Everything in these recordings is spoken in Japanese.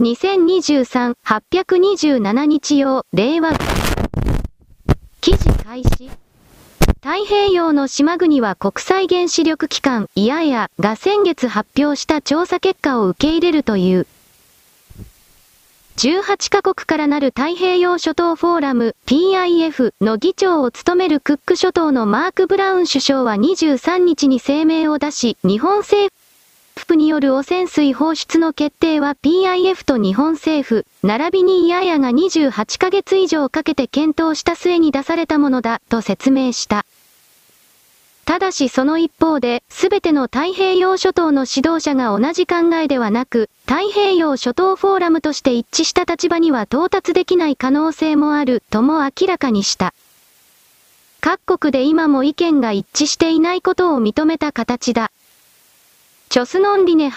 2023、827日曜、令和。記事開始。太平洋の島国は国際原子力機関 IAEA が先月発表した調査結果を受け入れるという。18カ国からなる太平洋諸島フォーラム PIF の議長を務めるクック諸島のマーク・ブラウン首相は23日に声明を出し、日本政府による汚染水放出の決定は PIF と日本政府、並びにIAEAが28ヶ月以上かけて検討した末に出されたものだ、と説明した。ただしその一方で、すべての太平洋諸島の指導者が同じ考えではなく、太平洋諸島フォーラムとして一致した立場には到達できない可能性もある、とも明らかにした。各国で今も意見が一致していないことを認めた形だ。チョスノンリネ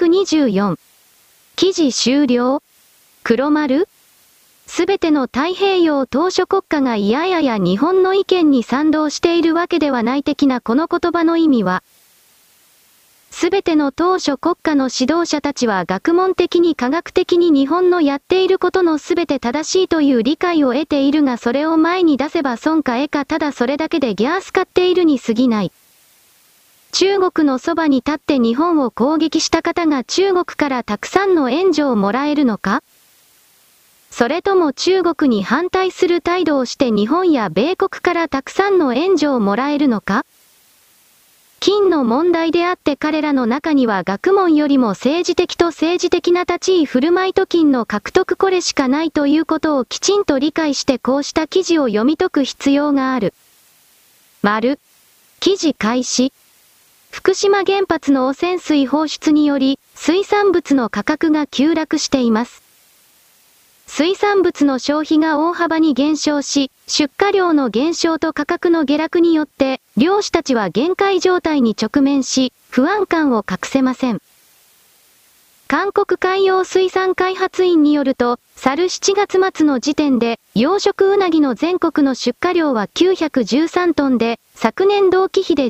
824。記事終了。黒丸？すべての太平洋島諸国家がIAEAや日本の意見に賛同しているわけではない的なこの言葉の意味は、すべての島諸国家の指導者たちは学問的に科学的に日本のやっていることのすべて正しいという理解を得ているがそれを前に出せば損か得かただそれだけでギャース買っているに過ぎない。中国のそばに立って日本を攻撃した方が中国からたくさんの援助をもらえるのか？それとも中国に反対する態度をして日本や米国からたくさんの援助をもらえるのか？金の問題であって彼らの中には学問よりも政治的と政治的な立ち居振る舞いと金の獲得これしかないということをきちんと理解してこうした記事を読み解く必要がある。丸。記事開始。福島原発の汚染水放出により水産物の価格が急落しています。水産物の消費が大幅に減少し、出荷量の減少と価格の下落によって、漁師たちは限界状態に直面し、不安感を隠せません。韓国海洋水産開発院によると、去る7月末の時点で、養殖うなぎの全国の出荷量は913トンで、昨年同期比で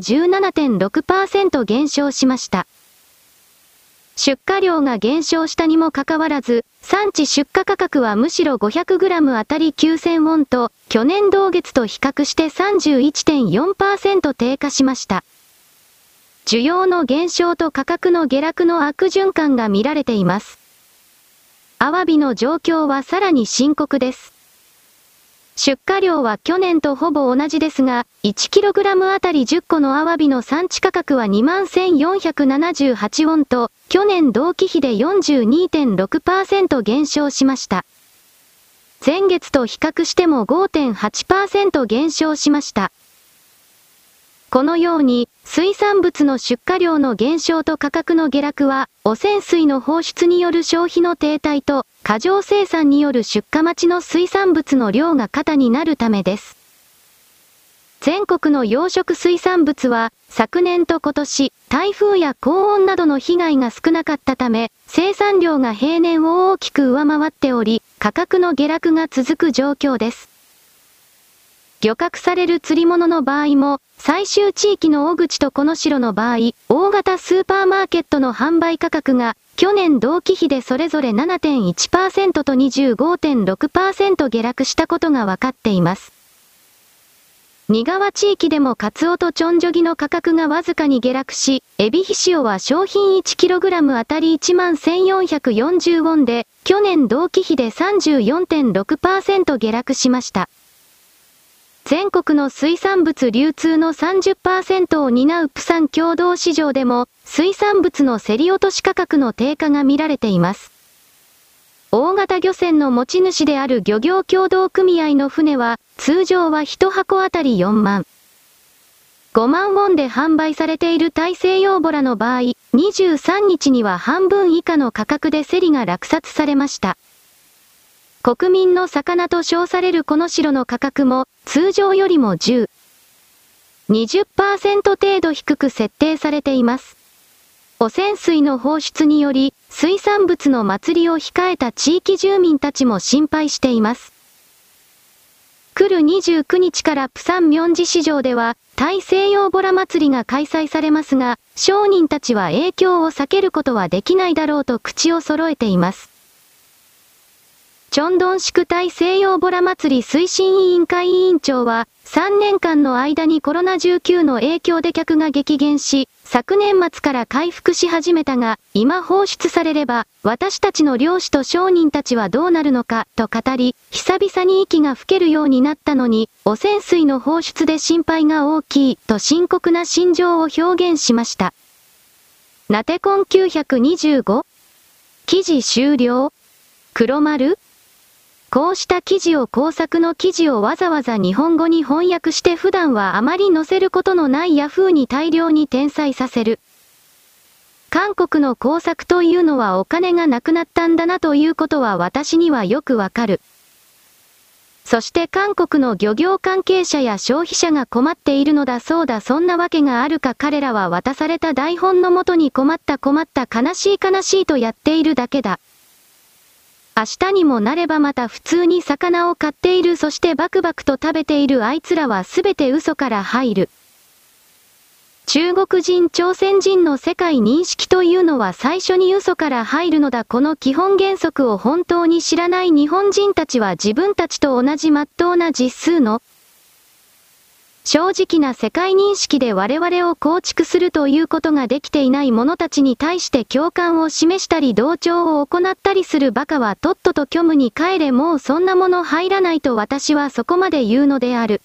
17.6% 減少しました。出荷量が減少したにもかかわらず、産地出荷価格はむしろ 500g あたり9000ウォンと、去年同月と比較して 31.4% 低下しました。需要の減少と価格の下落の悪循環が見られています。アワビの状況はさらに深刻です。出荷量は去年とほぼ同じですが、1kg あたり10個のアワビの産地価格は 21,478 ウォンと、去年同期比で 42.6% 減少しました。前月と比較しても 5.8% 減少しました。このように、水産物の出荷量の減少と価格の下落は、汚染水の放出による消費の停滞と、過剰生産による出荷待ちの水産物の量が過多になるためです。全国の養殖水産物は、昨年と今年、台風や高温などの被害が少なかったため、生産量が平年を大きく上回っており、価格の下落が続く状況です。漁獲される釣り物の場合も、最終地域の小口とこの城の場合、大型スーパーマーケットの販売価格が、去年同期比でそれぞれ 7.1% と 25.6% 下落したことが分かっています。仁川地域でもカツオとチョンジョギの価格がわずかに下落し、エビヒシオは商品 1kg あたり 11,440 ウォンで、去年同期比で 34.6% 下落しました。全国の水産物流通の 30% を担うプサン共同市場でも、水産物の競り落とし価格の低下が見られています。大型漁船の持ち主である漁業協同組合の船は、通常は1箱あたり4万。5万ウォンで販売されている大西洋ボラの場合、23日には半分以下の価格で競りが落札されました。国民の魚と称されるこの城の価格も、通常よりも10、20% 程度低く設定されています。汚染水の放出により、水産物の祭りを控えた地域住民たちも心配しています。来る29日からプサン明寺市場では、大西洋ボラ祭りが開催されますが、商人たちは影響を避けることはできないだろうと口を揃えています。 チョンドン宿大西洋ボラ祭り推進委員会委員長は、3年間の間にコロナ19の影響で客が激減し、昨年末から回復し始めたが、今放出されれば、私たちの漁師と商人たちはどうなるのか、と語り、久々に息が吹けるようになったのに、汚染水の放出で心配が大きい、と深刻な心情を表現しました。ナテコン925？記事終了？黒丸？こうした記事を工作の記事をわざわざ日本語に翻訳して普段はあまり載せることのないヤフーに大量に転載させる。韓国の工作というのはお金がなくなったんだなということは私にはよくわかる。そして韓国の漁業関係者や消費者が困っているのだそうだそんなわけがあるか彼らは渡された台本のもとに困った悲しいとやっているだけだ。明日にもなればまた普通に魚を買っているそしてバクバクと食べているあいつらはすべて嘘から入る。中国人朝鮮人の世界認識というのは最初に嘘から入るのだこの基本原則を本当に知らない日本人たちは自分たちと同じ真っ当な実数の正直な世界認識で我々を構築するということができていない者たちに対して共感を示したり同調を行ったりするバカはとっとと虚無に帰れもうそんなもの入らないと私はそこまで言うのである。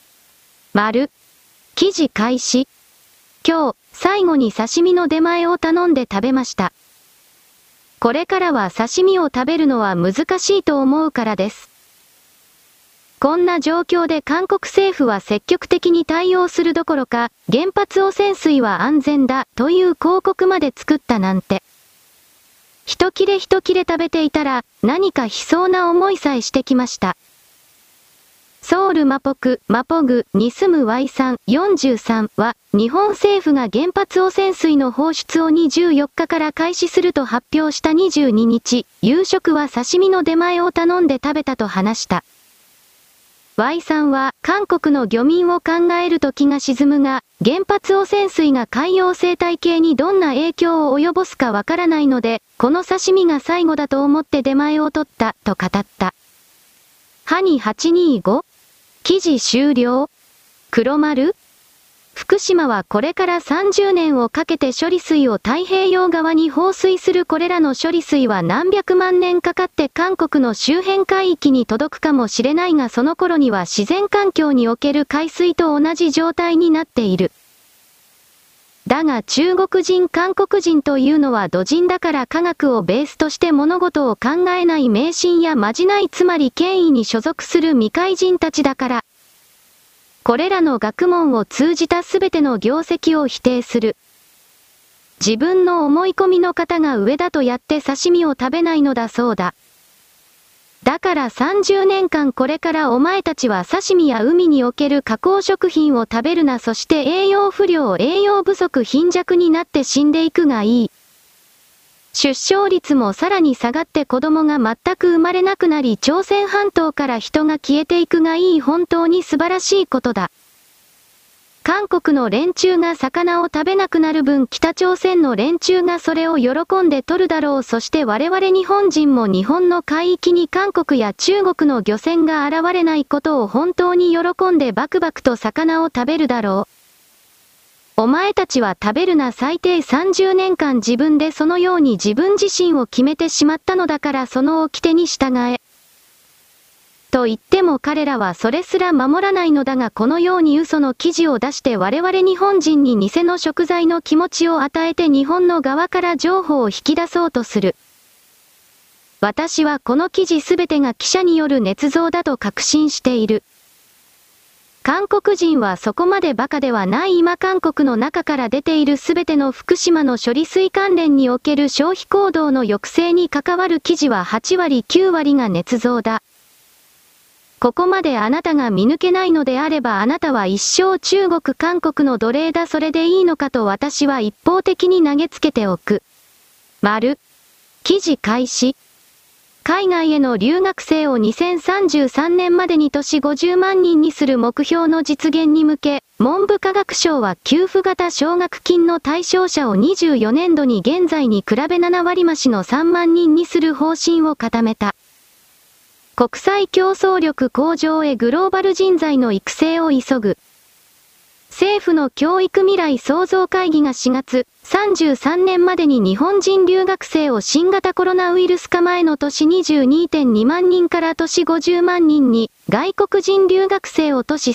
記事開始。今日、最後に刺身の出前を頼んで食べました。これからは刺身を食べるのは難しいと思うからです。こんな状況で韓国政府は積極的に対応するどころか、原発汚染水は安全だという広告まで作ったなんて。一切れ食べていたら何か悲壮な思いさえしてきました。ソウルマポグに住む Y さん43は、日本政府が原発汚染水の放出を24日から開始すると発表した22日、夕食は刺身の出前を頼んで食べたと話した。Y さんは、韓国の漁民を考えると気が沈むが、原発汚染水が海洋生態系にどんな影響を及ぼすかわからないので、この刺身が最後だと思って出前を取った、と語った。ハニ825？記事終了？黒丸？福島はこれから30年をかけて処理水を太平洋側に放水するこれらの処理水は何百万年かかって韓国の周辺海域に届くかもしれないがその頃には自然環境における海水と同じ状態になっている。だが中国人韓国人というのは土人だから科学をベースとして物事を考えない迷信やまじないつまり権威に所属する未開人たちだから。これらの学問を通じたすべての業績を否定する。自分の思い込みの方が上だとやって刺身を食べないのだそうだ。だから30年間これからお前たちは刺身や海における加工食品を食べるなそして栄養不良栄養不足貧弱になって死んでいくがいい。出生率もさらに下がって子供が全く生まれなくなり朝鮮半島から人が消えていくがいい本当に素晴らしいことだ。韓国の連中が魚を食べなくなる分北朝鮮の連中がそれを喜んで取るだろうそして我々日本人も日本の海域に韓国や中国の漁船が現れないことを本当に喜んでバクバクと魚を食べるだろう。お前たちは食べるな最低30年間自分でそのように自分自身を決めてしまったのだからその掟に従え。と言っても彼らはそれすら守らないのだがこのように嘘の記事を出して我々日本人に偽の食材の気持ちを与えて日本の側から情報を引き出そうとする。私はこの記事すべてが記者による捏造だと確信している。韓国人はそこまでバカではない今韓国の中から出ているすべての福島の処理水関連における消費行動の抑制に関わる記事は8割9割が捏造だ。ここまであなたが見抜けないのであればあなたは一生中国韓国の奴隷だそれでいいのかと私は一方的に投げつけておく。記事開始。海外への留学生を2033年までに年50万人にする目標の実現に向け、文部科学省は給付型奨学金の対象者を24年度に現在に比べ7割増しの3万人にする方針を固めた。 国際競争力向上へグローバル人材の育成を急ぐ。政府の教育未来創造会議が4月、33年までに日本人留学生を新型コロナウイルス化前の年 22.2 万人から年50万人に、外国人留学生を年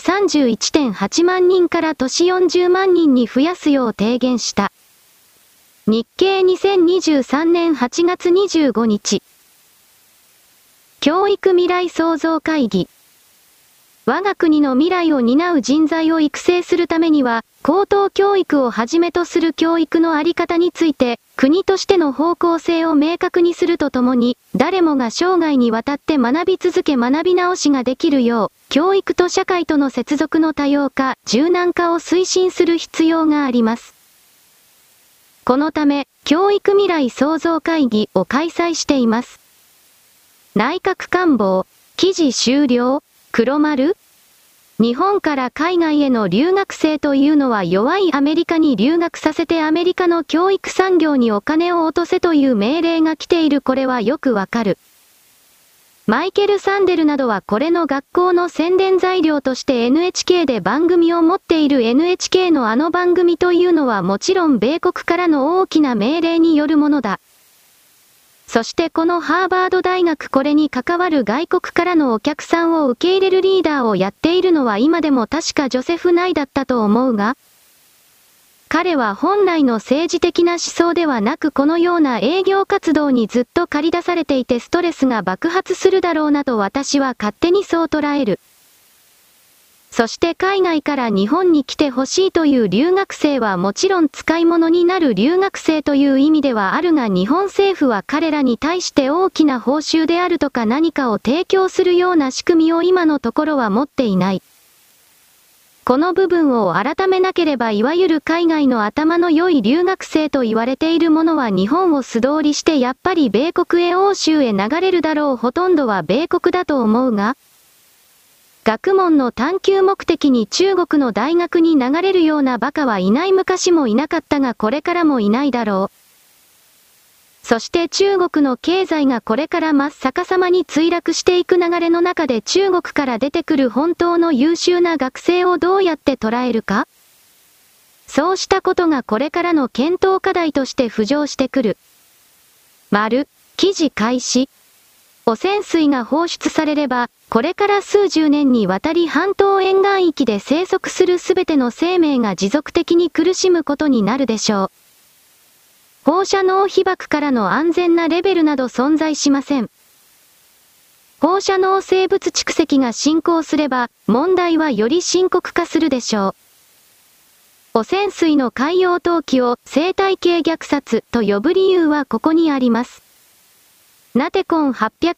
31.8 万人から年40万人に増やすよう提言した。日経2023年8月25日。教育未来創造会議。我が国の未来を担う人材を育成するためには、高等教育をはじめとする教育のあり方について、国としての方向性を明確にするとともに、誰もが生涯にわたって学び続け学び直しができるよう、教育と社会との接続の多様化、柔軟化を推進する必要があります。このため、教育未来創造会議を開催しています。内閣官房、記事終了。黒丸？日本から海外への留学生というのは弱いアメリカに留学させてアメリカの教育産業にお金を落とせという命令が来ている。これはよくわかる。マイケル・サンデルなどはこれの学校の宣伝材料として NHK で番組を持っている。 NHK のあの番組というのはもちろん米国からの大きな命令によるものだ。そしてこのハーバード大学これに関わる外国からのお客さんを受け入れるリーダーをやっているのは今でも確かジョセフ・ナイだったと思うが、彼は本来の政治的な思想ではなくこのような営業活動にずっと駆り出されていてストレスが爆発するだろうなと私は勝手にそう捉える。そして海外から日本に来てほしいという留学生はもちろん使い物になる留学生という意味ではあるが日本政府は彼らに対して大きな報酬であるとか何かを提供するような仕組みを今のところは持っていない。この部分を改めなければいわゆる海外の頭の良い留学生と言われているものは日本を素通りしてやっぱり米国へ欧州へ流れるだろう。ほとんどは米国だと思うが、学問の探求目的に中国の大学に流れるような馬鹿はいない。昔もいなかったがこれからもいないだろう。そして中国の経済がこれから真っ逆さまに墜落していく流れの中で中国から出てくる本当の優秀な学生をどうやって捉えるか？そうしたことがこれからの検討課題として浮上してくる。記事開始。汚染水が放出されれば、これから数十年にわたり半島沿岸域で生息するすべての生命が持続的に苦しむことになるでしょう。放射能被曝からの安全なレベルなど存在しません。放射能生物蓄積が進行すれば、問題はより深刻化するでしょう。汚染水の海洋投棄を生態系虐殺と呼ぶ理由はここにあります。ナテコン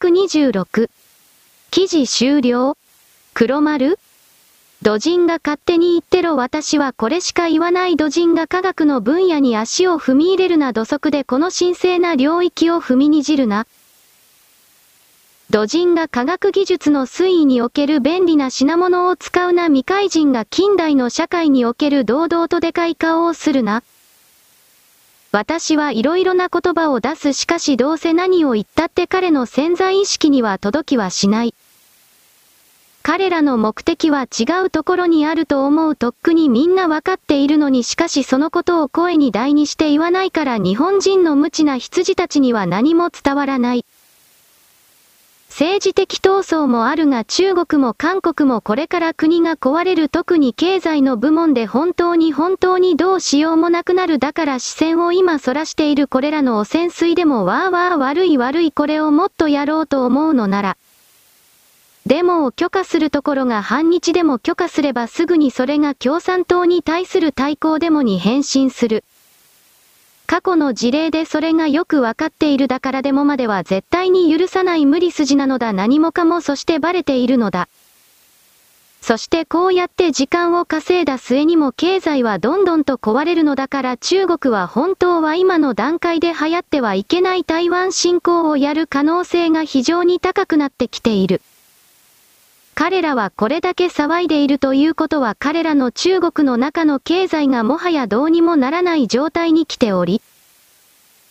826。記事終了。黒丸？土人が勝手に言ってろ。私はこれしか言わない。土人が科学の分野に足を踏み入れるな。土足でこの神聖な領域を踏みにじるな。土人が科学技術の推移における便利な品物を使うな。未開人が近代の社会における堂々とでかい顔をするな。私はいろいろな言葉を出す。しかしどうせ何を言ったって彼の潜在意識には届きはしない。彼らの目的は違うところにあると思う。とっくにみんなわかっているのにしかしそのことを声に大にして言わないから日本人の無知な羊たちには何も伝わらない。政治的闘争もあるが中国も韓国もこれから国が壊れる。特に経済の部門で本当にどうしようもなくなる。だから視線を今そらしている。これらの汚染水でもわーわー悪いこれをもっとやろうと思うのなら。デモを許可するところが反日デモ許可すればすぐにそれが共産党に対する対抗デモに変身する。過去の事例でそれがよくわかっている。だからデモまでは絶対に許さない無理筋なのだ。何もかもそしてバレているのだ。そしてこうやって時間を稼いだ末にも経済はどんどんと壊れるのだから中国は本当は今の段階で流行ってはいけない台湾侵攻をやる可能性が非常に高くなってきている。彼らはこれだけ騒いでいるということは彼らの中国の中の経済がもはやどうにもならない状態に来ており、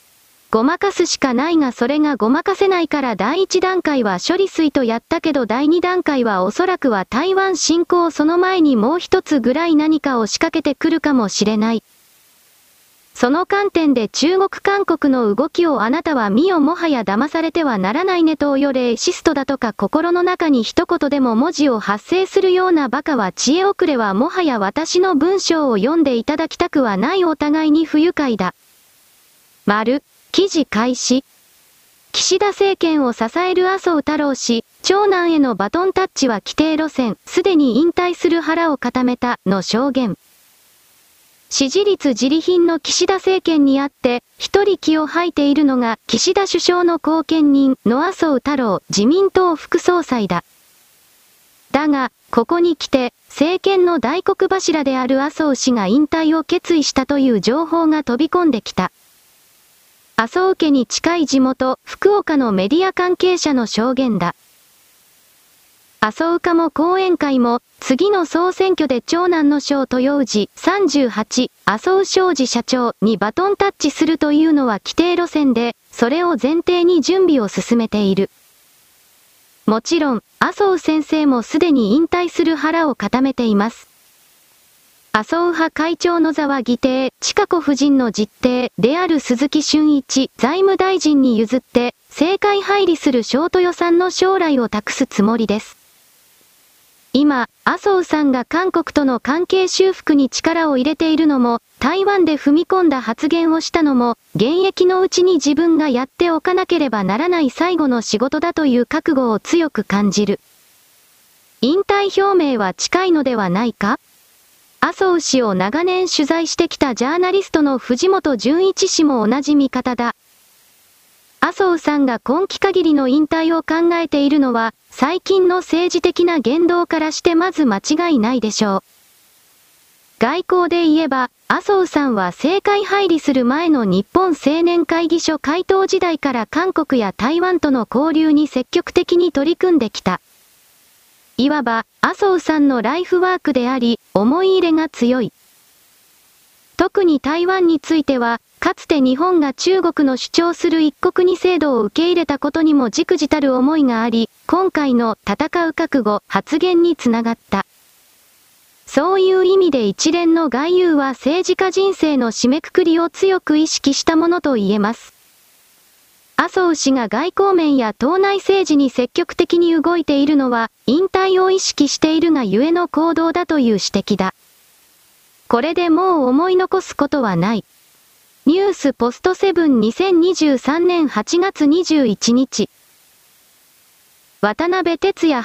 ごまかすしかないがそれがごまかせないから第1段階は処理水とやったけど第2段階はおそらくは台湾侵攻その前にもう一つぐらい何かを仕掛けてくるかもしれない。その観点で中国韓国の動きをあなたは見よもはや騙されてはならないねとよレーシストだとか心の中に一言でも文字を発生するようなバカは知恵遅れはもはや私の文章を読んでいただきたくはないお互いに不愉快だ。記事開始。岸田政権を支える麻生太郎氏、長男へのバトンタッチは既定路線、すでに引退する腹を固めた、の証言。支持率自利品の岸田政権にあって、一人気を吐いているのが、岸田首相の後見人の麻生太郎、自民党副総裁だ。だが、ここに来て、政権の大黒柱である麻生氏が引退を決意したという情報が飛び込んできた。麻生家に近い地元、福岡のメディア関係者の証言だ。麻生家も後援会も、次の総選挙で長男の小豊氏38、麻生商事社長にバトンタッチするというのは既定路線で、それを前提に準備を進めている。もちろん、麻生先生もすでに引退する腹を固めています。麻生派会長の座は議定、千佳子夫人の実弟である鈴木俊一財務大臣に譲って、政界入りする小豊さんの将来を託すつもりです。今、麻生さんが韓国との関係修復に力を入れているのも、台湾で踏み込んだ発言をしたのも、現役のうちに自分がやっておかなければならない最後の仕事だという覚悟を強く感じる。引退表明は近いのではないか？麻生氏を長年取材してきたジャーナリストの藤本純一氏も同じ見方だ。麻生さんが今期限りの引退を考えているのは、最近の政治的な言動からしてまず間違いないでしょう。外交で言えば、麻生さんは政界入りする前の日本青年会議所会頭時代から韓国や台湾との交流に積極的に取り組んできた。いわば、麻生さんのライフワークであり、思い入れが強い。特に台湾については、かつて日本が中国の主張する一国二制度を受け入れたことにも忸怩たる思いがあり、今回の戦う覚悟発言につながった。そういう意味で一連の外遊は政治家人生の締めくくりを強く意識したものと言えます。麻生氏が外交面や党内政治に積極的に動いているのは、引退を意識しているがゆえの行動だという指摘だ。これでもう思い残すことはない。ニュースポストセブン2023年8月21日。渡辺哲也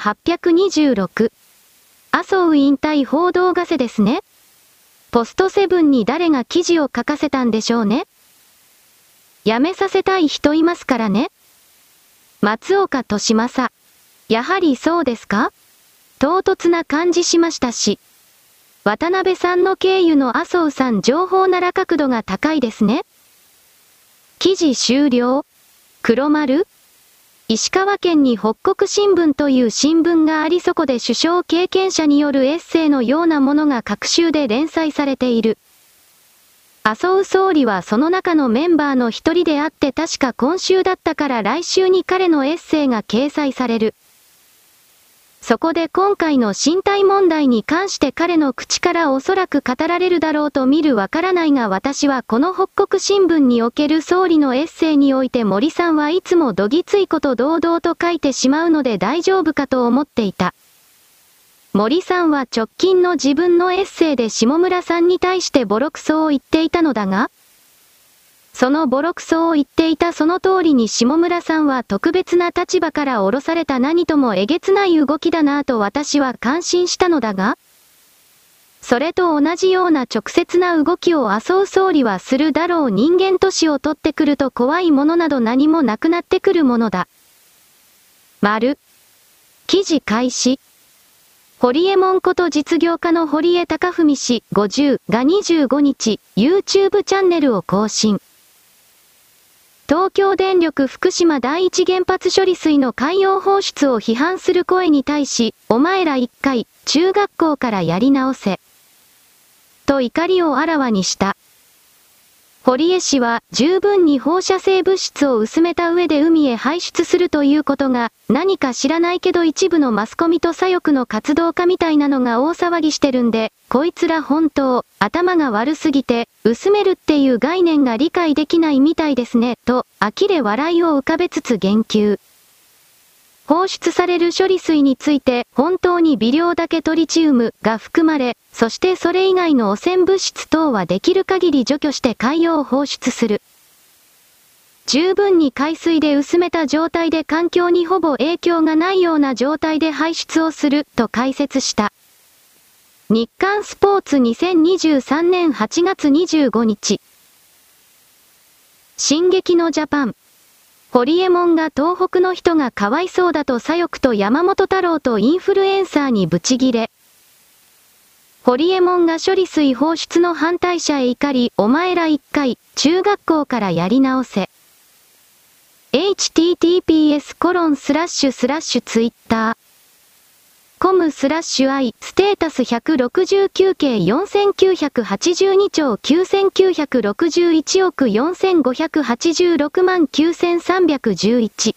826。麻生引退報道ガセですね。ポストセブンに誰が記事を書かせたんでしょうね。辞めさせたい人いますからね。松岡俊正。やはりそうですか？唐突な感じしましたし。渡辺さんの経由の麻生さん情報なら角度が高いですね。記事終了。黒丸？石川県に北国新聞という新聞がありそこで首相経験者によるエッセイのようなものが各週で連載されている。麻生総理はその中のメンバーの一人であって確か今週だったから来週に彼のエッセイが掲載される。そこで今回の身体問題に関して彼の口からおそらく語られるだろうと見るわからないが私はこの北国新聞における総理のエッセイにおいて森さんはいつもどぎついこと堂々と書いてしまうので大丈夫かと思っていた。森さんは直近の自分のエッセイで下村さんに対してボロクソを言っていたのだが、そのボロクソを言っていたその通りに下村さんは特別な立場から降ろされた何ともえげつない動きだなぁと私は感心したのだが、それと同じような直接な動きを麻生総理はするだろう。人間年を取ってくると怖いものなど何もなくなってくるものだ。記事開始。堀エモ門こと実業家の堀江貴文氏50が25日、YouTube チャンネルを更新。東京電力福島第一原発処理水の海洋放出を批判する声に対し、お前ら一回、中学校からやり直せ。と怒りをあらわにした。 堀江氏は十分に放射性物質を薄めた上で海へ排出するということが、何か知らないけど一部のマスコミと左翼の活動家みたいなのが大騒ぎしてるんで、こいつら本当、頭が悪すぎて、薄めるっていう概念が理解できないみたいですね、と、呆れ笑いを浮かべつつ言及。放出される処理水について、本当に微量だけトリチウムが含まれ、そしてそれ以外の汚染物質等はできる限り除去して海洋放出する。十分に海水で薄めた状態で環境にほぼ影響がないような状態で排出をする、と解説した。日刊スポーツ2023年8月25日。進撃のジャパン。ホリエモンが東北の人がかわいそうだと左翼と山本太郎とインフルエンサーにブチギレ。ホリエモンが処理水放出の反対者へ怒り、お前ら一回、中学校からやり直せ。https://twitter.com/i ステータス169系4982兆9961億4586万9311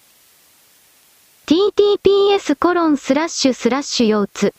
ttps:// 腰痛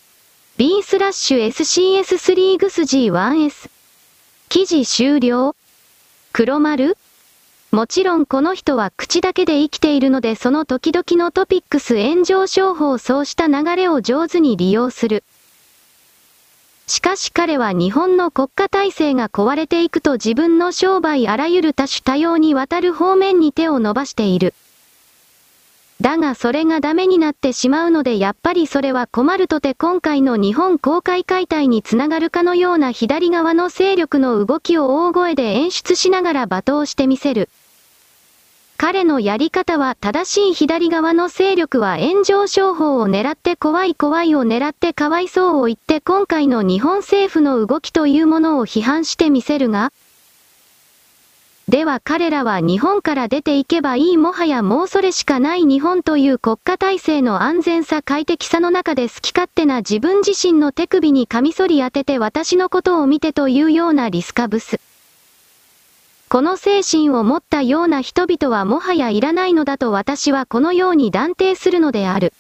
b/scs3 グス G1s 記事終了黒丸もちろんこの人は口だけで生きているのでその時々のトピックス炎上商法そうした流れを上手に利用する。しかし彼は日本の国家体制が壊れていくと自分の商売あらゆる多種多様にわたる方面に手を伸ばしている。だがそれがダメになってしまうのでやっぱりそれは困るとて今回の日本公開解体につながるかのような左側の勢力の動きを大声で演出しながら罵倒してみせる。彼のやり方は正しい左側の勢力は炎上商法を狙って怖い怖いを狙ってかわいそうを言って今回の日本政府の動きというものを批判してみせるが、では彼らは日本から出ていけばいいもはやもうそれしかない日本という国家体制の安全さ快適さの中で好き勝手な自分自身の手首にカミソリ当てて私のことを見てというようなリスカブス。この精神を持ったような人々はもはやいらないのだと私はこのように断定するのである。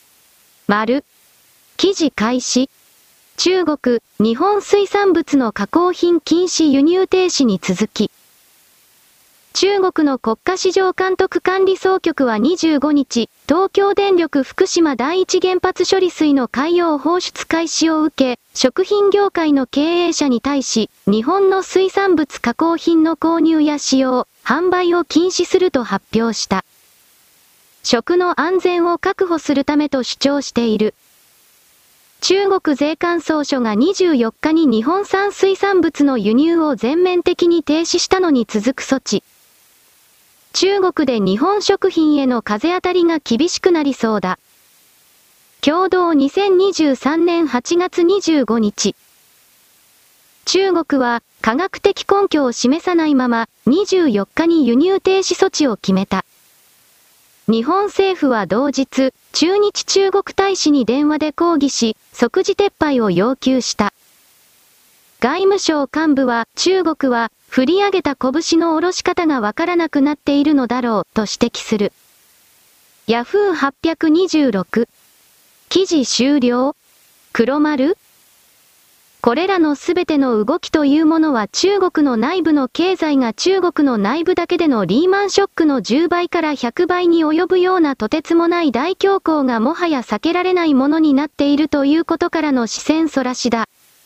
記事開始。中国、日本水産物の加工品禁止輸入停止に続き。中国の国家市場監督管理総局は25日、東京電力福島第一原発処理水の海洋放出開始を受け、食品業界の経営者に対し、日本の水産物加工品の購入や使用、販売を禁止すると発表した。食の安全を確保するためと主張している。中国税関総署が24日に日本産水産物の輸入を全面的に停止したのに続く措置。中国で日本食品への風当たりが厳しくなりそうだ。共同2023年8月25日。中国は科学的根拠を示さないまま24日に輸入停止措置を決めた。日本政府は同日、駐日中国大使に電話で抗議し、即時撤廃を要求した。外務省幹部は中国は振り上げた拳の下ろし方がわからなくなっているのだろうと指摘する。ヤフー826。記事終了黒丸これらのすべての動きというものは中国の内部の経済が中国の内部だけでのリーマンショックの10倍から100倍に及ぶようなとてつもない大恐慌がもはや避けられないものになっているということからの視線そらしだ。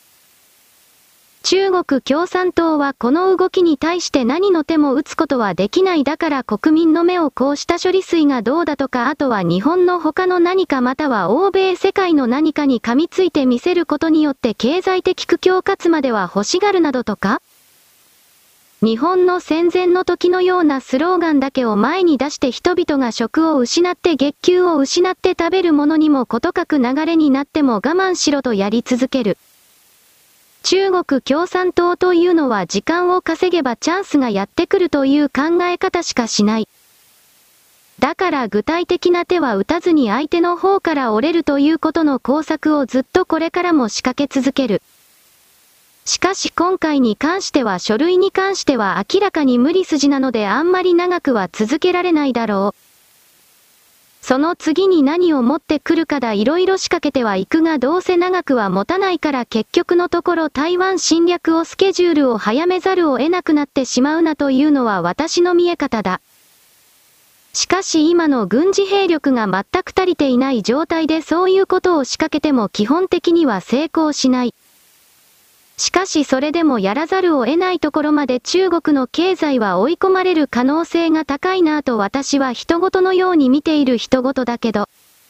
中国共産党はこの動きに対して何の手も打つことはできないだから国民の目をこうした処理水がどうだとかあとは日本の他の何かまたは欧米世界の何かに噛みついてみせることによって経済的苦境かつまでは欲しがるなどとか日本の戦前の時のようなスローガンだけを前に出して人々が食を失って月給を失って食べるものにもことかく流れになっても我慢しろとやり続ける。中国共産党というのは時間を稼げばチャンスがやってくるという考え方しかしない。だから具体的な手は打たずに相手の方から折れるということの工作をずっとこれからも仕掛け続ける。 しかし今回に関しては書類に関しては明らかに無理筋なのであんまり長くは続けられないだろう。その次に何を持ってくるかだいろいろ仕掛けてはいくがどうせ長くは持たないから結局のところ台湾侵略をスケジュールを早めざるを得なくなってしまうなというのは私の見え方だ。しかし今の軍事兵力が全く足りていない状態でそういうことを仕掛けても基本的には成功しない。しかしそれでもやらざるを得ないところまで中国の経済は追い込まれる可能性が高いなぁと私は人事のように見ている人事だけど。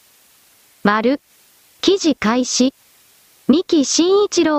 記事開始。三木真一郎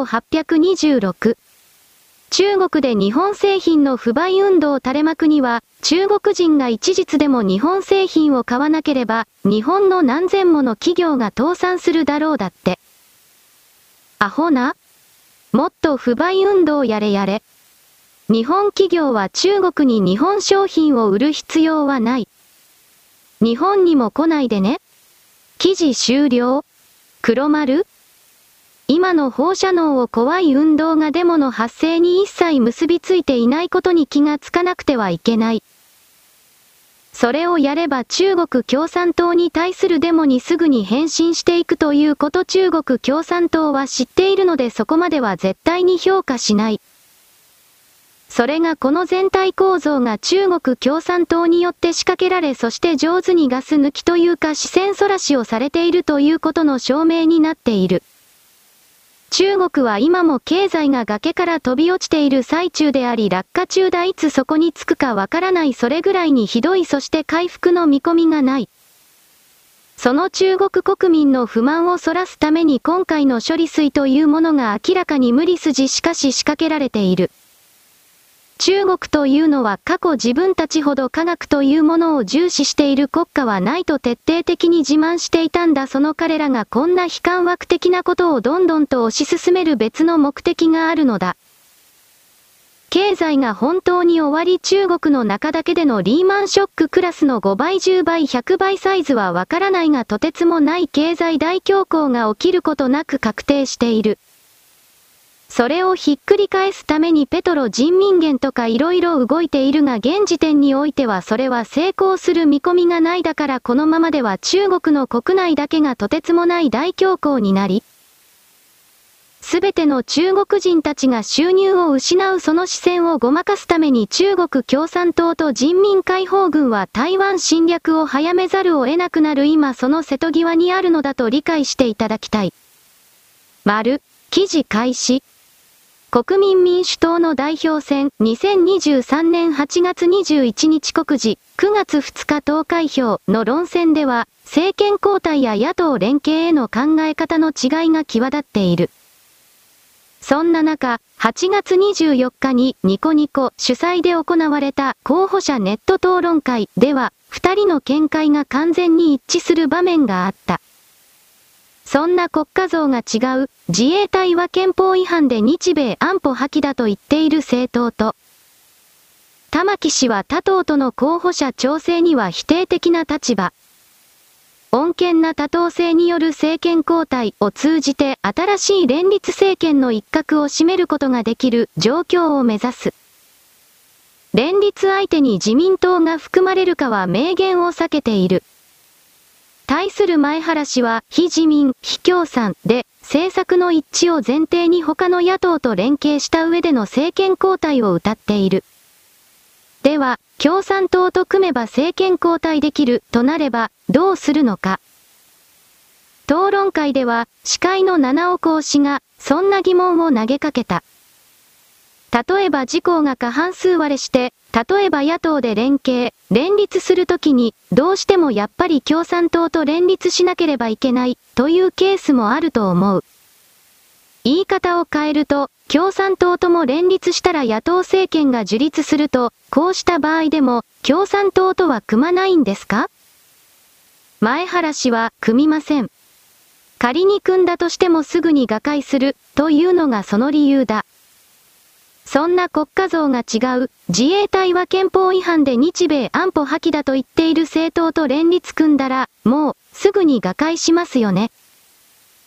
826。中国で日本製品の不買運動垂れ幕には、中国人が一日でも日本製品を買わなければ、日本の何千もの企業が倒産するだろうだって。アホな？もっと不買運動やれやれ。日本企業は中国に日本商品を売る必要はない。日本にも来ないでね。記事終了。黒丸？今の放射能を怖い運動がデモの発生に一切結びついていないことに気がつかなくてはいけない。それをやれば中国共産党に対するデモにすぐに返信していくということ中国共産党は知っているのでそこまでは絶対に評価しない。それがこの全体構造が中国共産党によって仕掛けられそして上手にガス抜きというか視線そらしをされているということの証明になっている。中国は今も経済が崖から飛び落ちている最中であり落下中だいつそこに着くかわからないそれぐらいにひどいそして回復の見込みがない。その中国国民の不満をそらすために今回の処理水というものが明らかに無理筋しかし仕掛けられている。中国というのは過去自分たちほど科学というものを重視している国家はないと徹底的に自慢していたんだその彼らがこんな悲観枠的なことをどんどんと推し進める別の目的があるのだ。経済が本当に終わり中国の中だけでのリーマンショッククラスの5倍10倍100倍サイズはわからないがとてつもない経済大恐慌が起きることなく確定している。それをひっくり返すためにペトロ人民元とかいろいろ動いているが現時点においてはそれは成功する見込みがないだからこのままでは中国の国内だけがとてつもない大恐慌になり、すべての中国人たちが収入を失うその視線をごまかすために中国共産党と人民解放軍は台湾侵略を早めざるを得なくなる今その瀬戸際にあるのだと理解していただきたい。記事開始。国民民主党の代表選2023年8月21日告示9月2日投開票の論戦では政権交代や野党連携への考え方の違いが際立っている。そんな中、8月24日にニコニコ主催で行われた候補者ネット討論会では2人の見解が完全に一致する場面があった。そんな国家像が違う、自衛隊は憲法違反で日米安保破棄だと言っている政党と、玉木氏は他党との候補者調整には否定的な立場。穏健な多党制による政権交代を通じて新しい連立政権の一角を占めることができる状況を目指す。連立相手に自民党が含まれるかは明言を避けている。対する前原氏は非自民、非共産で政策の一致を前提に他の野党と連携した上での政権交代を謳っている。では、共産党と組めば政権交代できるとなればどうするのか。討論会では司会の七尾講師がそんな疑問を投げかけた。例えば自公が過半数割れして、例えば野党で連立するときに、どうしてもやっぱり共産党と連立しなければいけない、というケースもあると思う。言い方を変えると、共産党とも連立したら野党政権が樹立すると、こうした場合でも、共産党とは組まないんですか？前原氏は、組みません。仮に組んだとしてもすぐに瓦解する、というのがその理由だ。そんな国家像が違う、自衛隊は憲法違反で日米安保破棄だと言っている政党と連立組んだら、もう、すぐに瓦解しますよね。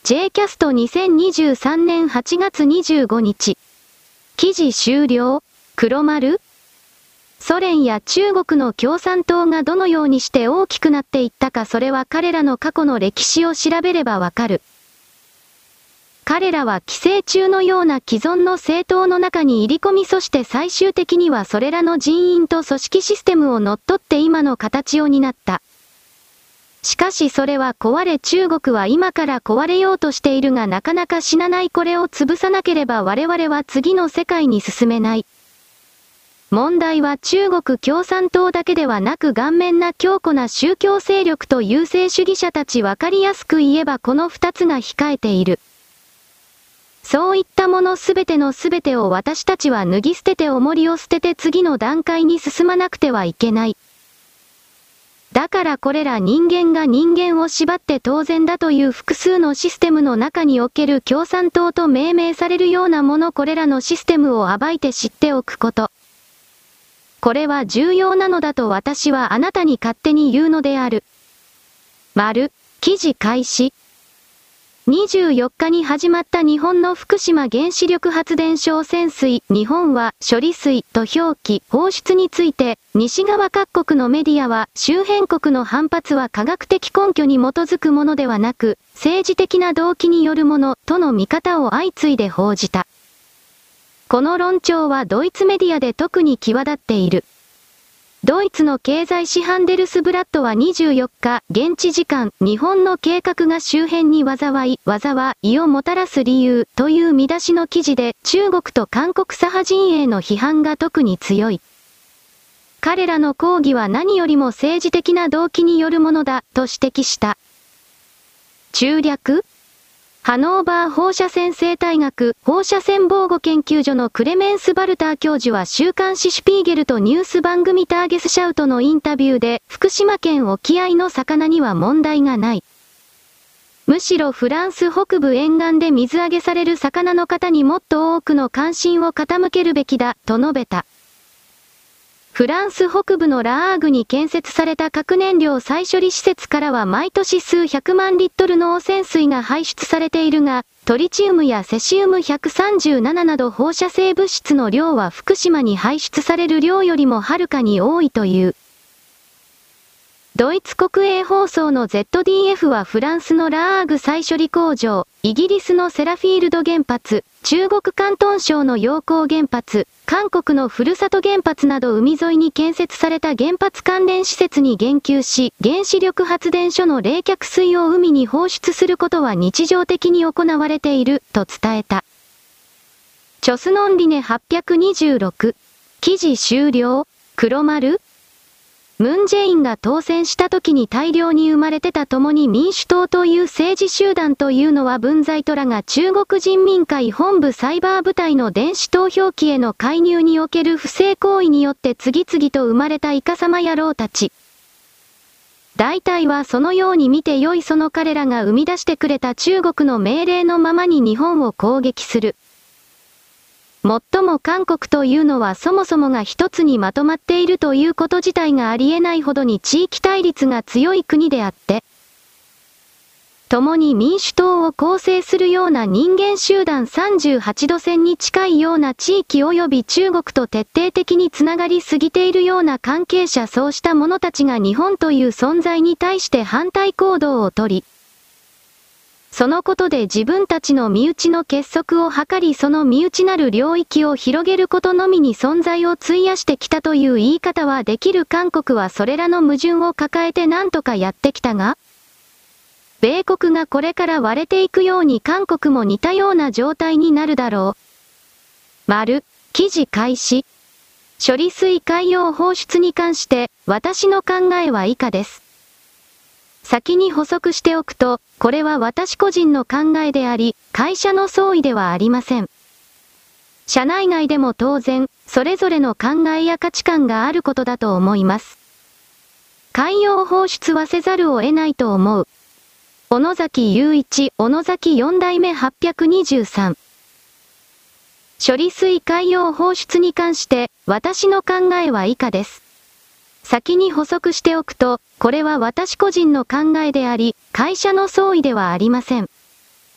J キャスト2023年8月25日。記事終了。黒丸？ソ連や中国の共産党がどのようにして大きくなっていったか、それは彼らの過去の歴史を調べればわかる。彼らは寄生虫のような既存の政党の中に入り込み、そして最終的にはそれらの人員と組織システムを乗っ取って今の形を担った。しかしそれは壊れ、中国は今から壊れようとしているがなかなか死なない。これを潰さなければ我々は次の世界に進めない。問題は中国共産党だけではなく、顔面な強固な宗教勢力と優勢主義者たち。わかりやすく言えばこの二つが控えている。そういったものすべてのすべてを私たちは脱ぎ捨てて、重りを捨てて次の段階に進まなくてはいけない。だからこれら人間が人間を縛って当然だという複数のシステムの中における共産党と命名されるようなもの、これらのシステムを暴いて知っておくこと。これは重要なのだと私はあなたに勝手に言うのである。記事開始。24日に始まった日本の福島原子力発電所汚染水、日本は処理水と表記、放出について、西側各国のメディアは周辺国の反発は科学的根拠に基づくものではなく、政治的な動機によるものとの見方を相次いで報じた。この論調はドイツメディアで特に際立っている。ドイツの経済誌ハンデルスブラッドは24日、現地時間、日本の計画が周辺に災いをもたらす理由という見出しの記事で、中国と韓国左派陣営の批判が特に強い。彼らの抗議は何よりも政治的な動機によるものだと指摘した。中略？ハノーバー放射線生態学放射線防護研究所のクレメンス・バルター教授は週刊誌シュピーゲルとニュース番組ターゲスシャウトのインタビューで、福島県沖合の魚には問題がない。むしろフランス北部沿岸で水揚げされる魚の方にもっと多くの関心を傾けるべきだと述べた。フランス北部のラアーグに建設された核燃料再処理施設からは毎年数百万リットルの汚染水が排出されているが、トリチウムやセシウム137など放射性物質の量は福島に排出される量よりもはるかに多いという。ドイツ国営放送の ZDF はフランスのラアーグ再処理工場、イギリスのセラフィールド原発、中国広東省の陽江原発、韓国のふるさと原発など海沿いに建設された原発関連施設に言及し、原子力発電所の冷却水を海に放出することは日常的に行われていると伝えた。チョスノンリネ826。記事終了。黒丸？ムン・ジェインが当選した時に大量に生まれてた共に民主党という政治集団というのは文在寅が中国人民会本部サイバー部隊の電子投票機への介入における不正行為によって次々と生まれたイカサマ野郎たち。大体はそのように見てよい。その彼らが生み出してくれた中国の命令のままに日本を攻撃する。もっとも韓国というのはそもそもが一つにまとまっているということ自体がありえないほどに地域対立が強い国であって、共に民主党を構成するような人間集団38度線に近いような地域及び中国と徹底的につながりすぎているような関係者、そうした者たちが日本という存在に対して反対行動をとり、そのことで自分たちの身内の結束を図り、その身内なる領域を広げることのみに存在を費やしてきたという言い方はできる。韓国はそれらの矛盾を抱えて何とかやってきたが、米国がこれから割れていくように韓国も似たような状態になるだろう。記事開始。処理水海洋放出に関して、私の考えは以下です。先に補足しておくと、これは私個人の考えであり、会社の総意ではありません。社内外でも当然、それぞれの考えや価値観があることだと思います。海洋放出はせざるを得ないと思う。小野崎雄一、小野崎4代目823。処理水海洋放出に関して、私の考えは以下です。先に補足しておくと、これは私個人の考えであり、会社の総意ではありません。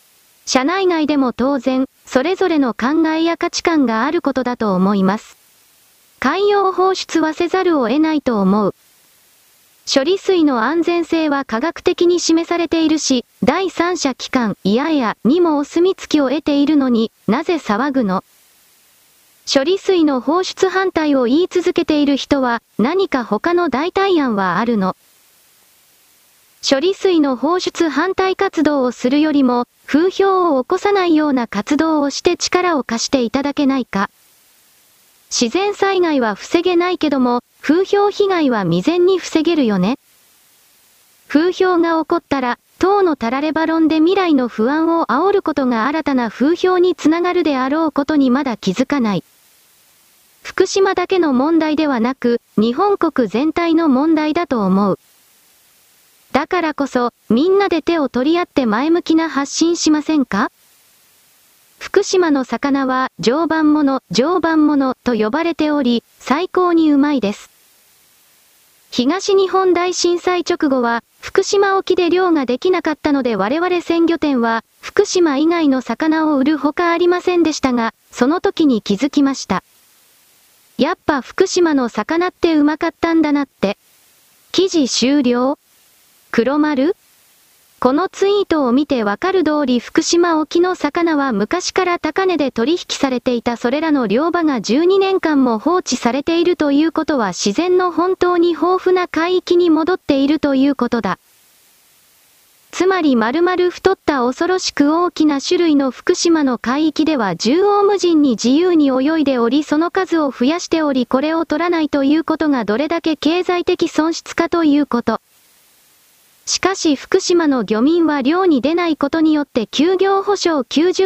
社内外でも当然、それぞれの考えや価値観があることだと思います。海洋放出はせざるを得ないと思う。処理水の安全性は科学的に示されているし、第三者機関、IAEAにもお墨付きを得ているのに、なぜ騒ぐの？処理水の放出反対を言い続けている人は、何か他の代替案はあるの？処理水の放出反対活動をするよりも、風評を起こさないような活動をして力を貸していただけないか。自然災害は防げないけども、風評被害は未然に防げるよね。風評が起こったら、当のたられば論で未来の不安を煽ることが新たな風評につながるであろうことにまだ気づかない。福島だけの問題ではなく、日本国全体の問題だと思う。だからこそ、みんなで手を取り合って前向きな発信しませんか？福島の魚は常磐ものと呼ばれており、最高にうまいです。東日本大震災直後は、福島沖で漁ができなかったので我々鮮魚店は、福島以外の魚を売るほかありませんでしたが、その時に気づきました。やっぱ福島の魚ってうまかったんだなって。記事終了。黒丸？このツイートを見てわかる通り福島沖の魚は昔から高値で取引されていたそれらの漁場が12年間も放置されているということは自然の本当に豊富な海域に戻っているということだ。つまり丸々太った恐ろしく大きな種類の福島の海域では縦横無尽に自由に泳いでおりその数を増やしておりこれを取らないということがどれだけ経済的損失かということ。しかし福島の漁民は漁に出ないことによって休業保障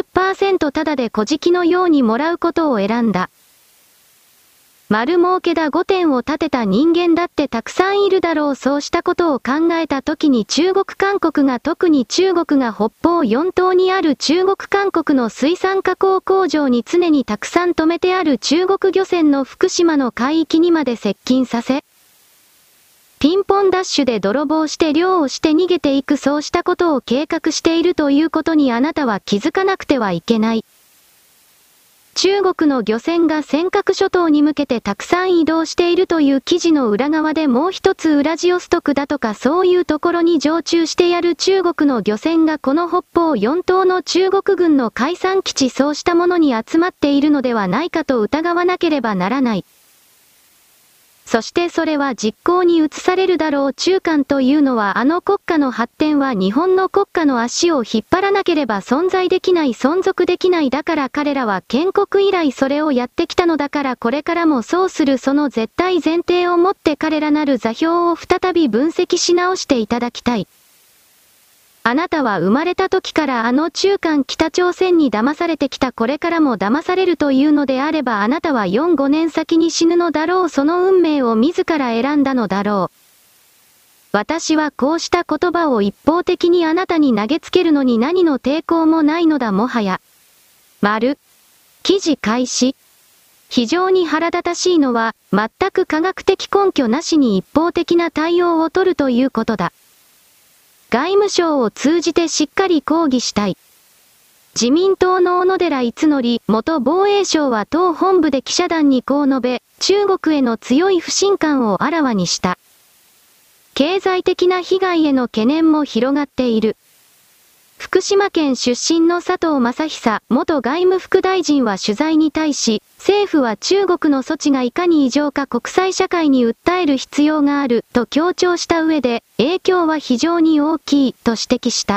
90% ただで小じのようにもらうことを選んだ。丸儲けだ5点を立てた人間だってたくさんいるだろう。そうしたことを考えたときに中国韓国が特に中国が北方四島にある中国韓国の水産加工工場に常にたくさん止めてある中国漁船の福島の海域にまで接近させ、ピンポンダッシュで泥棒して漁をして逃げていくそうしたことを計画しているということにあなたは気づかなくてはいけない。中国の漁船が尖閣諸島に向けてたくさん移動しているという記事の裏側でもう一つウラジオストクだとかそういうところに常駐してやる中国の漁船がこの北方四島の中国軍の海産基地そうしたものに集まっているのではないかと疑わなければならない。そしてそれは実行に移されるだろう。中韓というのはあの国家の発展は日本の国家の足を引っ張らなければ存在できない存続できない。だから彼らは建国以来それをやってきたのだからこれからもそうする。その絶対前提をもって彼らなる座標を再び分析し直していただきたい。あなたは生まれた時からあの中韓北朝鮮に騙されてきた。これからも騙されるというのであればあなたは4、5年先に死ぬのだろう。その運命を自ら選んだのだろう。私はこうした言葉を一方的にあなたに投げつけるのに何の抵抗もないのだもはや。記事開始。非常に腹立たしいのは全く科学的根拠なしに一方的な対応を取るということだ。外務省を通じてしっかり抗議したい。自民党の小野寺五典元防衛省は党本部で記者団にこう述べ、中国への強い不信感をあらわにした。経済的な被害への懸念も広がっている。福島県出身の佐藤正久元外務副大臣は取材に対し、政府は中国の措置がいかに異常か国際社会に訴える必要があると強調した上で、影響は非常に大きいと指摘した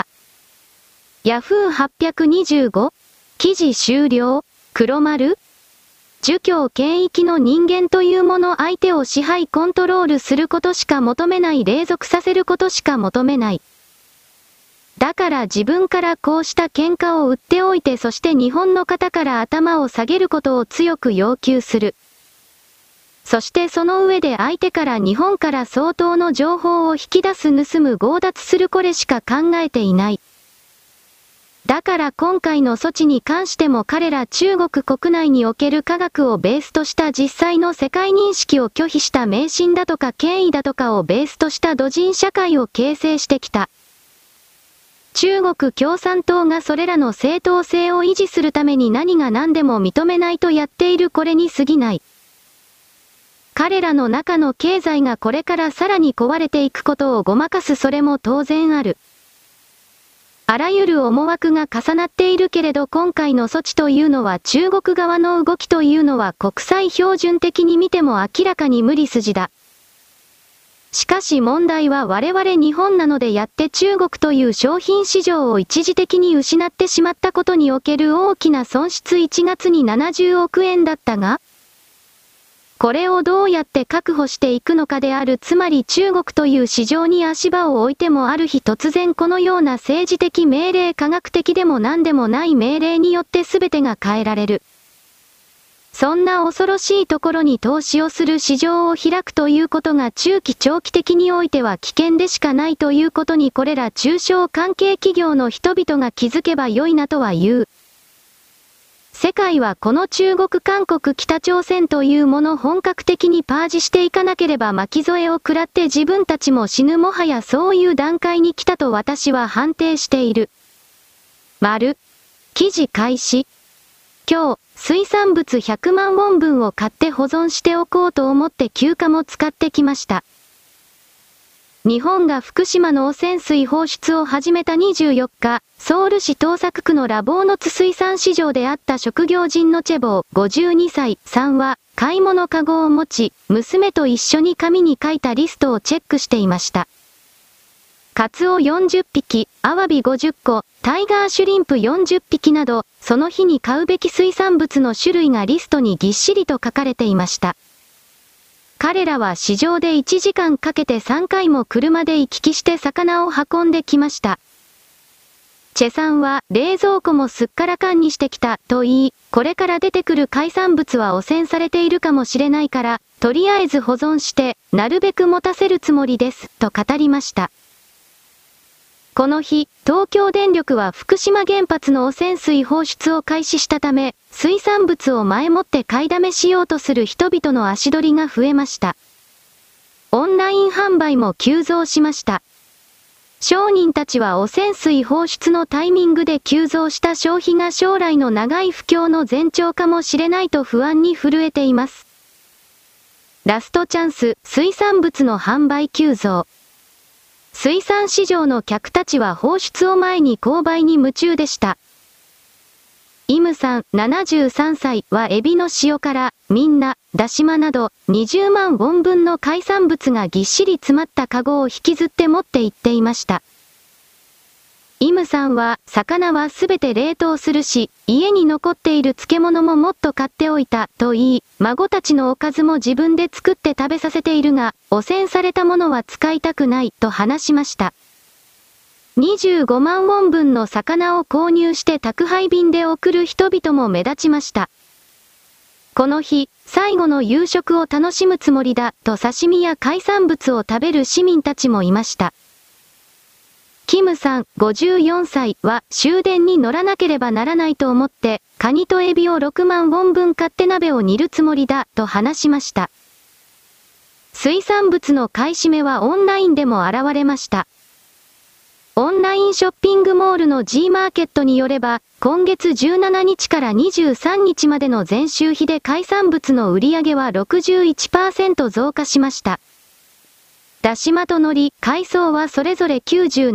。Yahoo825 記事終了。黒丸？儒教権益の人間というもの相手を支配コントロールすることしか求めない。隷属させることしか求めない。だから自分からこうした喧嘩を売っておいてそして日本の方から頭を下げることを強く要求する。そしてその上で相手から日本から相当の情報を引き出す盗む強奪するこれしか考えていない。だから今回の措置に関しても彼ら中国国内における科学をベースとした実際の世界認識を拒否した迷信だとか権威だとかをベースとした土人社会を形成してきた。 中国共産党がそれらの正当性を維持するために何が何でも認めないとやっているこれに過ぎない。彼らの中の経済がこれからさらに壊れていくことをごまかすそれも当然ある。あらゆる思惑が重なっているけれど今回の措置というのは中国側の動きというのは国際標準的に見ても明らかに無理筋だ。しかし問題は我々日本なのでやって中国という商品市場を一時的に失ってしまったことにおける大きな損失1月に70億円だったが、これをどうやって確保していくのかである。つまり中国という市場に足場を置いてもある日突然このような政治的命令、科学的でも何でもない命令によって全てが変えられる。そんな恐ろしいところに投資をする市場を開くということが中期長期的においては危険でしかないということにこれら中小関係企業の人々が気づけば良いなとは言う。世界はこの中国、韓国、北朝鮮というもの本格的にパージしていかなければ巻き添えを食らって自分たちも死ぬもはやそういう段階に来たと私は判定している。記事開始。今日、水産物100万ウォン分を買って保存しておこうと思って休暇も使ってきました。日本が福島の汚染水放出を始めた24日、ソウル市東作区のラボーノツ水産市場であった職業人のチェボー52歳さんは、買い物かごを持ち、娘と一緒に紙に書いたリストをチェックしていました。カツオ40匹、アワビ50個、タイガーシュリンプ40匹など、その日に買うべき水産物の種類がリストにぎっしりと書かれていました。彼らは市場で1時間かけて3回も車で行き来して魚を運んできました。チェさんは冷蔵庫もすっからかんにしてきたと言い、これから出てくる海産物は汚染されているかもしれないから、とりあえず保存して、なるべく持たせるつもりです、と語りました。この日、東京電力は福島原発の汚染水放出を開始したため、水産物を前もって買いだめしようとする人々の足取りが増えました。オンライン販売も急増しました。商人たちは汚染水放出のタイミングで急増した消費が将来の長い不況の前兆かもしれないと不安に震えています。ラストチャンス、水産物の販売急増。水産市場の客たちは放出を前に購買に夢中でした。イムさん73歳はエビの塩辛、みんな、だしまなど20万ウォン分の海産物がぎっしり詰まったカゴを引きずって持って行っていました。イムさんは、魚はすべて冷凍するし、家に残っている漬物ももっと買っておいた、と言い、孫たちのおかずも自分で作って食べさせているが、汚染されたものは使いたくない、と話しました。25万ウォン分の魚を購入して宅配便で送る人々も目立ちました。この日、最後の夕食を楽しむつもりだ、と刺身や海産物を食べる市民たちもいました。キムさん54歳は終電に乗らなければならないと思って、カニとエビを6万ウォン分買って鍋を煮るつもりだ、と話しました。水産物の買い占めはオンラインでも現れました。オンラインショッピングモールの G マーケットによれば、今月17日から23日までの前週比で海産物の売り上げは 61% 増加しました。だしまと海苔、海藻はそれぞれ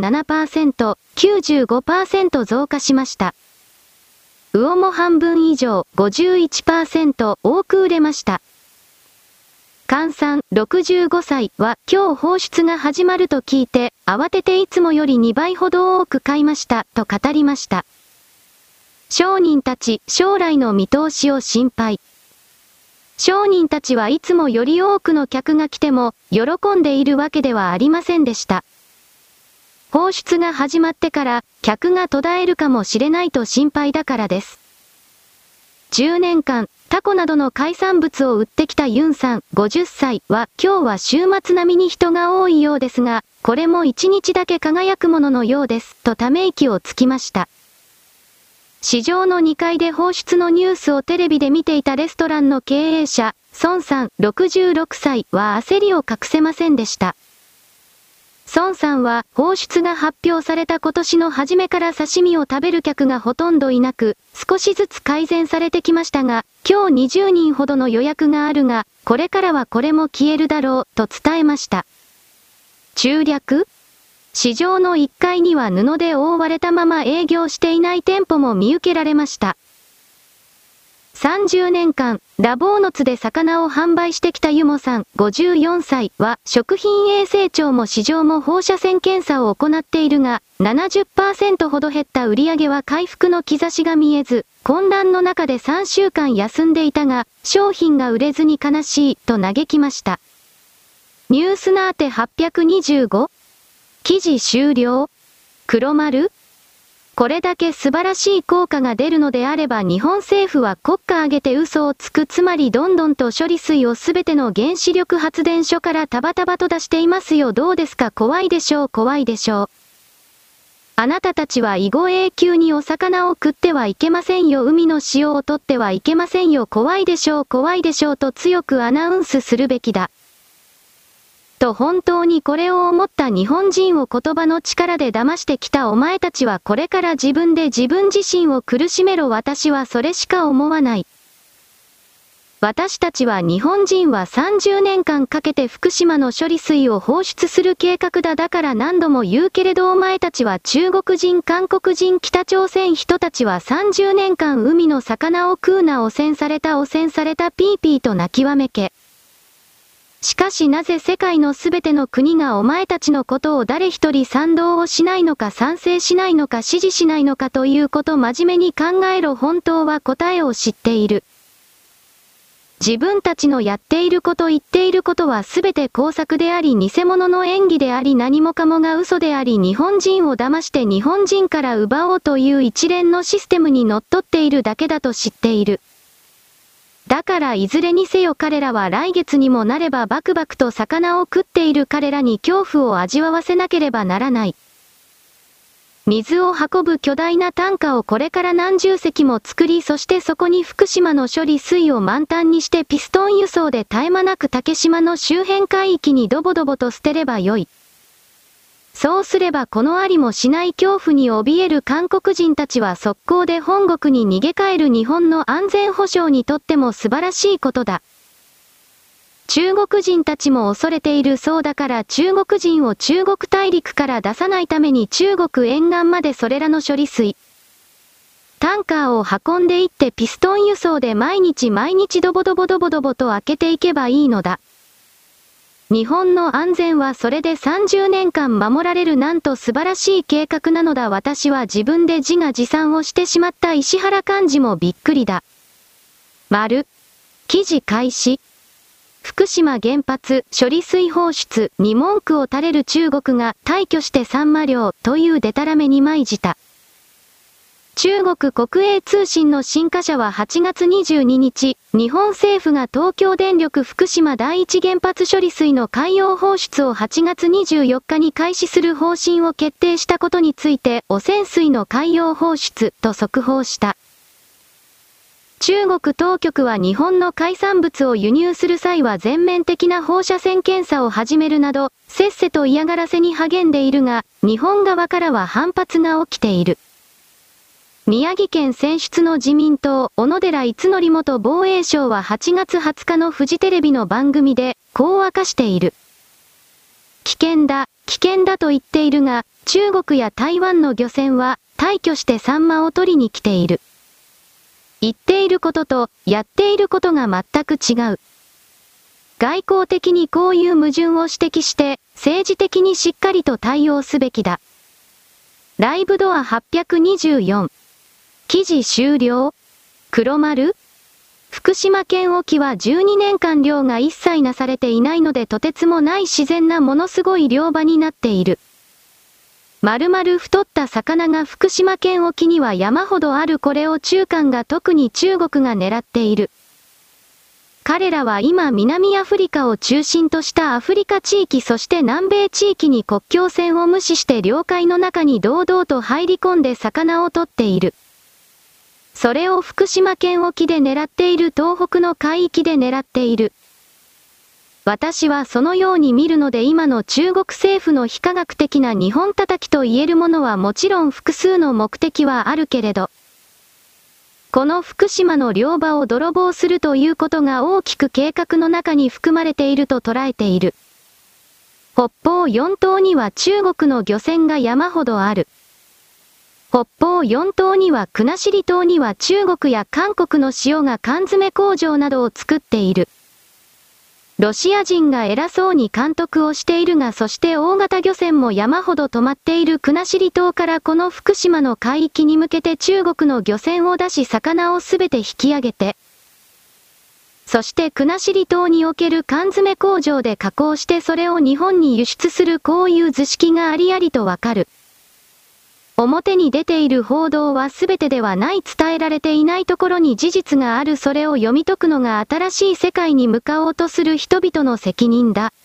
97%、95% 増加しました。魚も半分以上、51% 多く売れました。菅さん65歳は今日放出が始まると聞いて、慌てていつもより2倍ほど多く買いました、と語りました。商人たち、将来の見通しを心配。商人たちはいつもより多くの客が来ても、喜んでいるわけではありませんでした。放出が始まってから、客が途絶えるかもしれないと心配だからです。10年間、タコなどの海産物を売ってきたユンさん50歳は、今日は週末並みに人が多いようですが、これも1日だけ輝くもののようです、とため息をつきました。市場の2階で放出のニュースをテレビで見ていたレストランの経営者、孫さん66歳は焦りを隠せませんでした。 孫さんは、放出が発表された今年の初めから刺身を食べる客がほとんどいなく、少しずつ改善されてきましたが、今日20人ほどの予約があるが、これからはこれも消えるだろう、と伝えました。中略？市場の1階には布で覆われたまま営業していない店舗も見受けられました。30年間、ラボーノツで魚を販売してきたユモさん、54歳は、食品衛生庁も市場も放射線検査を行っているが、70% ほど減った売上は回復の兆しが見えず、混乱の中で3週間休んでいたが、商品が売れずに悲しい、と嘆きました。ニュースナーテ 825？ 記事終了？黒丸？これだけ素晴らしい効果が出るのであれば日本政府は国家挙げて嘘をつく、つまりどんどんと処理水をすべての原子力発電所からタバタバと出していますよ。どうですか？怖いでしょう、怖いでしょう。あなたたちは以後永久にお魚を食ってはいけませんよ。海の塩を取ってはいけませんよ。怖いでしょう、怖いでしょうと強くアナウンスするべきだ。と本当にこれを思った日本人を言葉の力で騙してきたお前たちはこれから自分で自分自身を苦しめろ。私はそれしか思わない。私たちは日本人は30年間かけて福島の処理水を放出する計画だ。だから何度も言うけれどお前たちは中国人、韓国人、北朝鮮人たちは30年間海の魚を食うな。汚染されたピーピーと泣きわめけ。しかしなぜ世界のすべての国がお前たちのことを誰一人賛同をしないのか、賛成しないのか、支持しないのかということ真面目に考えろ。本当は答えを知っている。自分たちのやっていること言っていることはすべて工作であり偽物の演技であり何もかもが嘘であり日本人を騙して日本人から奪おうという一連のシステムにのっとっているだけだと知っている。だからいずれにせよ彼らは来月にもなればバクバクと魚を食っている彼らに恐怖を味わわせなければならない。水を運ぶ巨大なタンカーをこれから何十隻も作りそしてそこに福島の処理水を満タンにしてピストン輸送で絶え間なく竹島の周辺海域にドボドボと捨てればよい。そうすればこのありもしない恐怖に怯える韓国人たちは速攻で本国に逃げ帰る。日本の安全保障にとっても素晴らしいことだ。中国人たちも恐れている。そうだから中国人を中国大陸から出さないために中国沿岸までそれらの処理水タンカーを運んでいってピストン輸送で毎日ドボドボと開けていけばいいのだ。日本の安全はそれで30年間守られる。なんと素晴らしい計画なのだ。私は自分で自画自賛をしてしまった石原幹事もびっくりだ。記事開始。福島原発処理水放出に文句を垂れる中国が大挙してサンマ漁というデタラメに舞じた。中国国営通信の新華社は8月22日、日本政府が東京電力福島第一原発処理水の海洋放出を8月24日に開始する方針を決定したことについて、汚染水の海洋放出と速報した。中国当局は日本の海産物を輸入する際は全面的な放射線検査を始めるなど、せっせと嫌がらせに励んでいるが、日本側からは反発が起きている。宮城県選出の自民党、小野寺五典元防衛相は8月20日のフジテレビの番組で、こう明かしている。危険だと言っているが、中国や台湾の漁船は、大挙してサンマを取りに来ている。言っていることと、やっていることが全く違う。外交的にこういう矛盾を指摘して、政治的にしっかりと対応すべきだ。ライブドア824。記事終了？黒丸？福島県沖は12年間漁が一切なされていないのでとてつもない自然なものすごい漁場になっている。丸々太った魚が福島県沖には山ほどある。これを中韓が特に中国が狙っている。彼らは今南アフリカを中心としたアフリカ地域そして南米地域に国境線を無視して領海の中に堂々と入り込んで魚を取っている。それを福島県沖で狙っている。東北の海域で狙っている。 私はそのように見るので今の中国政府の非科学的な日本叩きと言えるものはもちろん複数の目的はあるけれど、この福島の漁場を泥棒するということが大きく計画の中に含まれていると捉えている。北方四島には中国の漁船が山ほどある。北方四島には国後島には中国や韓国の塩が缶詰工場などを作っている。ロシア人が偉そうに監督をしているがそして大型漁船も山ほど止まっている国後島からこの福島の海域に向けて中国の漁船を出し魚をすべて引き上げて、そして国後島における缶詰工場で加工してそれを日本に輸出するこういう図式がありありとわかる。表に出ている報道はすべてではない伝えられていないところに事実があるそれを読み解くのが新しい世界に向かおうとする人々の責任だ。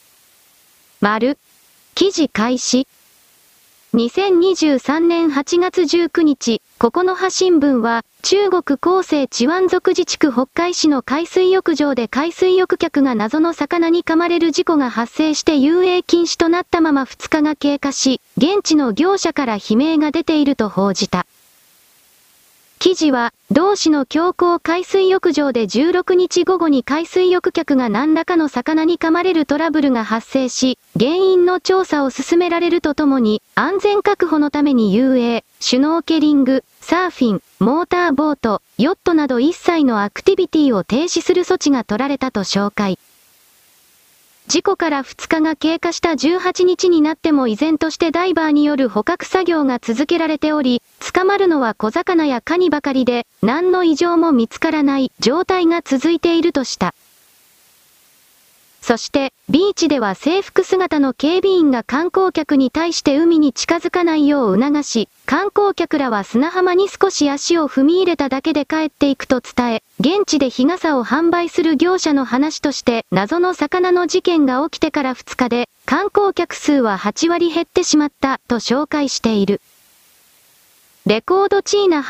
記事開始。2023年8月19日、ここの葉新聞は、中国広西チワン族自治区北海市の海水浴場で海水浴客が謎の魚に噛まれる事故が発生して遊泳禁止となったまま2日が経過し、現地の業者から悲鳴が出ていると報じた。記事は、同市の強行海水浴場で16日午後に海水浴客が何らかの魚に噛まれるトラブルが発生し、原因の調査を進められるとともに、安全確保のために遊泳、シュノーケリング、サーフィン、モーターボート、ヨットなど一切のアクティビティを停止する措置が取られたと紹介。事故から2日が経過した18日になっても依然としてダイバーによる捕獲作業が続けられており、捕まるのは小魚やカニばかりで、何の異常も見つからない状態が続いているとした。そして、ビーチでは制服姿の警備員が観光客に対して海に近づかないよう促し、観光客らは砂浜に少し足を踏み入れただけで帰っていくと伝え、現地で日傘を販売する業者の話として、謎の魚の事件が起きてから2日で、観光客数は8割減ってしまったと紹介している。レコードチーナ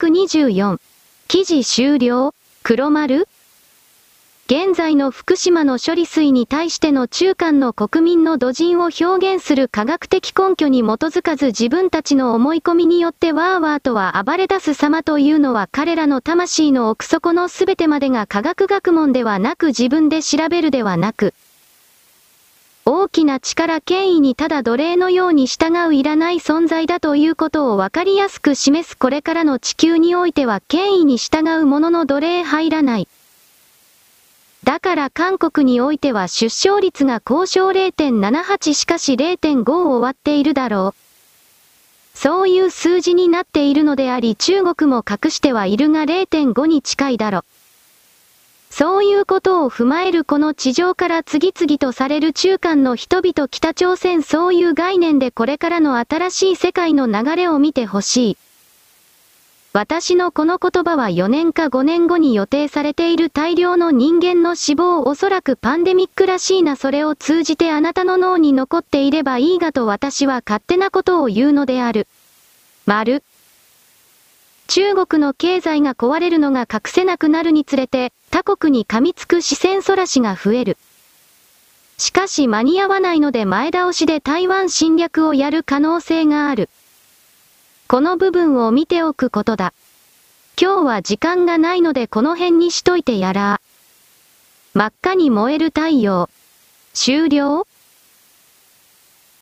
824。記事終了？黒丸？現在の福島の処理水に対しての中間の国民の土人を表現する科学的根拠に基づかず自分たちの思い込みによってワーワーとは暴れ出す様というのは彼らの魂の奥底のすべてまでが科学学問ではなく自分で調べるではなく、大きな力権威にただ奴隷のように従ういらない存在だということをわかりやすく示すこれからの地球においては権威に従う者の奴隷入らない。だから韓国においては出生率が交渉 0.78 しかし 0.5 を割っているだろう。そういう数字になっているのであり中国も隠してはいるが 0.5 に近いだろ。そういうことを踏まえるこの地上から次々とされる中間の人々北朝鮮そういう概念でこれからの新しい世界の流れを見てほしい。私のこの言葉は4年か5年後に予定されている大量の人間の死亡おそらくパンデミックらしいなそれを通じてあなたの脳に残っていればいいがと私は勝手なことを言うのである。中国の経済が壊れるのが隠せなくなるにつれて他国に噛みつく視線そらしが増える。しかし間に合わないので前倒しで台湾侵略をやる可能性がある。この部分を見ておくことだ。今日は時間がないのでこの辺にしといてやら。真っ赤に燃える太陽。終了？